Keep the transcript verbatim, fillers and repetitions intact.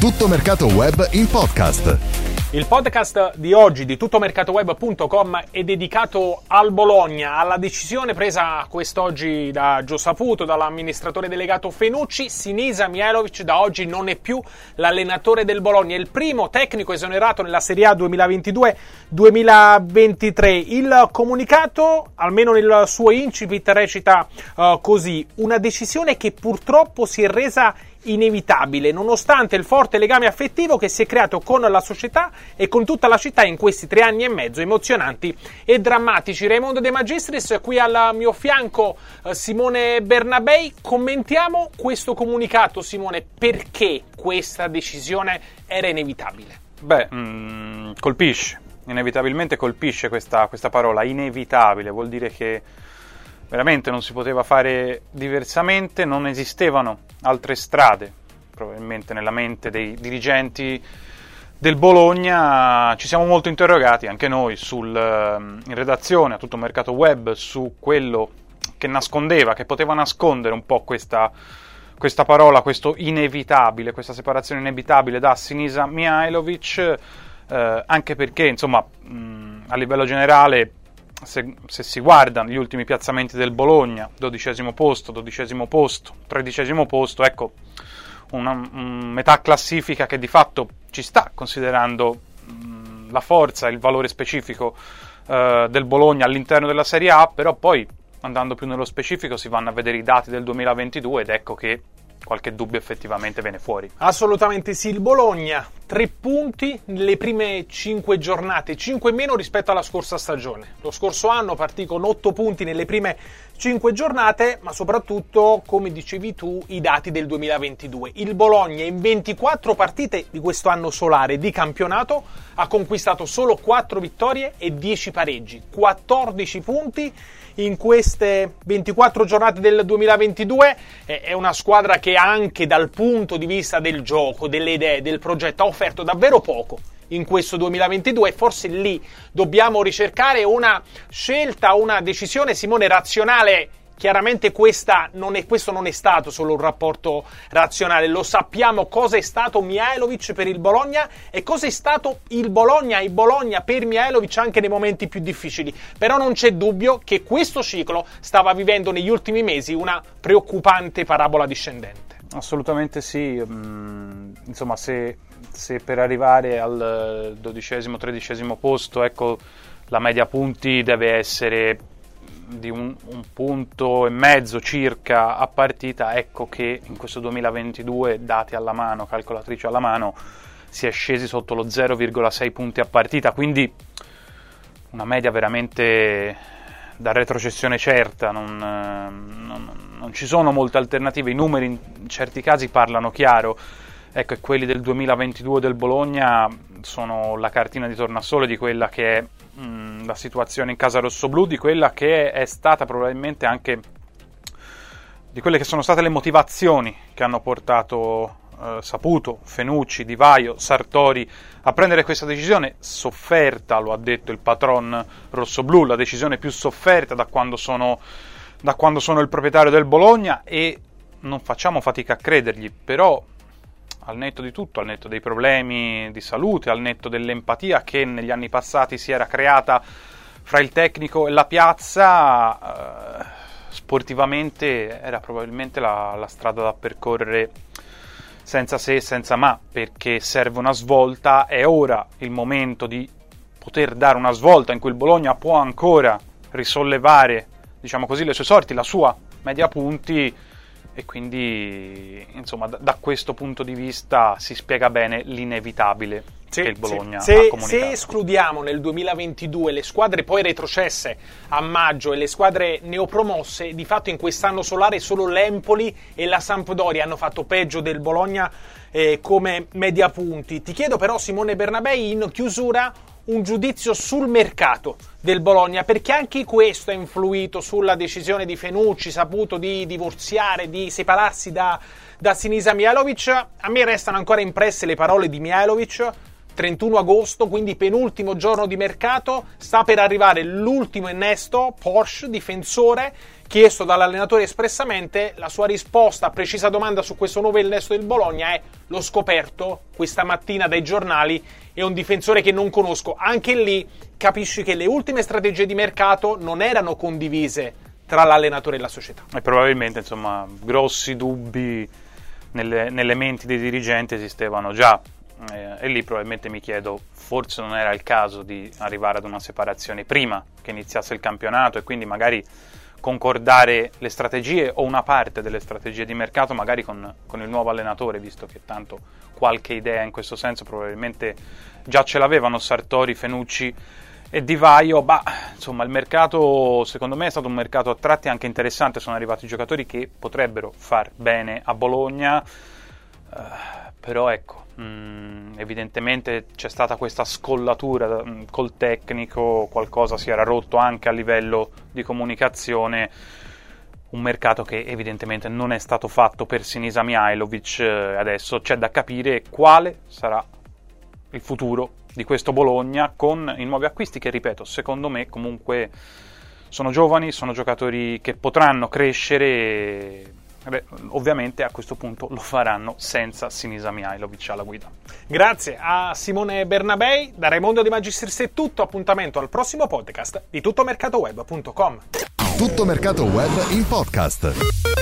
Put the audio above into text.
Tutto Mercato Web in podcast. Il podcast di oggi di tuttomercatoweb punto com è dedicato al Bologna, alla decisione presa quest'oggi da Gio Saputo, dall'amministratore delegato Fenucci. Sinisa Mihajlovic da oggi non è più l'allenatore del Bologna, è il primo tecnico esonerato nella Serie A duemilaventidue duemilaventitré. Il comunicato, almeno nel suo incipit, recita uh, così: una decisione che purtroppo si è resa inevitabile, nonostante il forte legame affettivo che si è creato con la società e con tutta la città in questi tre anni e mezzo emozionanti e drammatici. Raimondo De Magistris, qui al mio fianco Simone Bernabei. Commentiamo questo comunicato, Simone. Perché questa decisione era inevitabile? Beh, mh, colpisce, inevitabilmente colpisce questa, questa parola, inevitabile. Vuol dire che veramente non si poteva fare diversamente, non esistevano altre strade, probabilmente nella mente dei dirigenti del Bologna. Ci siamo molto interrogati anche noi sul, in redazione a Tutto Mercato Web su quello che nascondeva, che poteva nascondere un po' questa, questa parola, questo inevitabile, questa separazione inevitabile da Sinisa Mihajlovic, eh, anche perché, insomma, mh, a livello generale, Se, se si guardano gli ultimi piazzamenti del Bologna, dodicesimo posto, dodicesimo posto, tredicesimo posto, ecco, una, una metà classifica che di fatto ci sta, considerando mh, la forza e il valore specifico uh, del Bologna all'interno della Serie A. Però poi, andando più nello specifico, si vanno a vedere i dati del duemilaventidue ed ecco che qualche dubbio effettivamente viene fuori. Assolutamente sì, il Bologna tre punti nelle prime cinque giornate, cinque meno rispetto alla scorsa stagione. Lo scorso anno partì con otto punti nelle prime cinque giornate, ma soprattutto, come dicevi tu, i dati del duemilaventidue. Il Bologna in ventiquattro partite di questo anno solare di campionato ha conquistato solo quattro vittorie e dieci pareggi, quattordici punti in queste ventiquattro giornate del duemilaventidue. È una squadra che anche dal punto di vista del gioco, delle idee, del progetto ha offerto davvero poco in questo duemilaventidue, e forse lì dobbiamo ricercare una scelta, una decisione, Simone, razionale. Chiaramente questa non è, questo non è stato solo un rapporto razionale, lo sappiamo cosa è stato Mihajlovic per il Bologna e cosa è stato il Bologna e il Bologna per Mihajlovic anche nei momenti più difficili. Però non c'è dubbio che questo ciclo stava vivendo negli ultimi mesi una preoccupante parabola discendente. Assolutamente sì, mm, insomma se, se per arrivare al dodicesimo, tredicesimo posto, ecco, la media punti deve essere di un, un punto e mezzo circa a partita, ecco che in questo duemilaventidue, dati alla mano, calcolatrice alla mano, si è scesi sotto lo zero virgola sei punti a partita, quindi una media veramente da retrocessione certa. Non, non, non ci sono molte alternative, i numeri in certi casi parlano chiaro, ecco, e quelli del duemilaventidue del Bologna sono la cartina di tornasole di quella che è mh, la situazione in casa rossoblù, di quella che è stata probabilmente anche di quelle che sono state le motivazioni che hanno portato eh, Saputo, Fenucci, Di Vaio, Sartori a prendere questa decisione sofferta, lo ha detto il patron rossoblù, la decisione più sofferta da quando sono da quando sono il proprietario del Bologna, e non facciamo fatica a credergli. Però al netto di tutto, al netto dei problemi di salute, al netto dell'empatia che negli anni passati si era creata fra il tecnico e la piazza, eh, sportivamente era probabilmente la, la strada da percorrere senza se e senza ma, perché serve una svolta. È ora il momento di poter dare una svolta in cui il Bologna può ancora risollevare, diciamo così, le sue sorti, la sua media punti. E quindi, insomma, da, da questo punto di vista si spiega bene l'inevitabile sì, che il Bologna sì. ha se, comunicato. Se escludiamo nel duemilaventidue le squadre poi retrocesse a maggio e le squadre neopromosse, di fatto in quest'anno solare solo l'Empoli e la Sampdoria hanno fatto peggio del Bologna eh, come media punti. Ti chiedo però, Simone Bernabei, in chiusura, un giudizio sul mercato del Bologna, perché anche questo ha influito sulla decisione di Fenucci, Saputo, di divorziare, di separarsi da, da Sinisa Mihajlovic. A me restano ancora impresse le parole di Mihajlovic: trentuno agosto, quindi penultimo giorno di mercato, sta per arrivare l'ultimo innesto, Porsche, difensore, chiesto dall'allenatore espressamente. La sua risposta a precisa domanda su questo nuovo innesto del Bologna è: l'ho scoperto questa mattina dai giornali, è un difensore che non conosco. Anche lì capisci che le ultime strategie di mercato non erano condivise tra l'allenatore e la società. E probabilmente, insomma, grossi dubbi nelle, nelle menti dei dirigenti esistevano già. Eh, e lì probabilmente mi chiedo, forse non era il caso di arrivare ad una separazione prima che iniziasse il campionato e quindi magari concordare le strategie o una parte delle strategie di mercato magari con, con il nuovo allenatore, visto che tanto qualche idea in questo senso probabilmente già ce l'avevano Sartori, Fenucci e Di Vaio. Bah, insomma, il mercato secondo me è stato un mercato a tratti anche interessante, sono arrivati giocatori che potrebbero far bene a Bologna, uh, però ecco, mh, evidentemente c'è stata questa scollatura mh, col tecnico, qualcosa si era rotto anche a livello di comunicazione, un mercato che evidentemente non è stato fatto per Sinisa Mihajlovic. Adesso c'è da capire quale sarà il futuro di questo Bologna con i nuovi acquisti che, ripeto, secondo me comunque sono giovani, sono giocatori che potranno crescere e, beh, ovviamente a questo punto lo faranno senza Sinisa Mihajlovic alla guida. Grazie a Simone Bernabei. Da Raimondo De Magistris è tutto, appuntamento al prossimo podcast di tutto mercato web punto com. Tutto Mercato Web in podcast.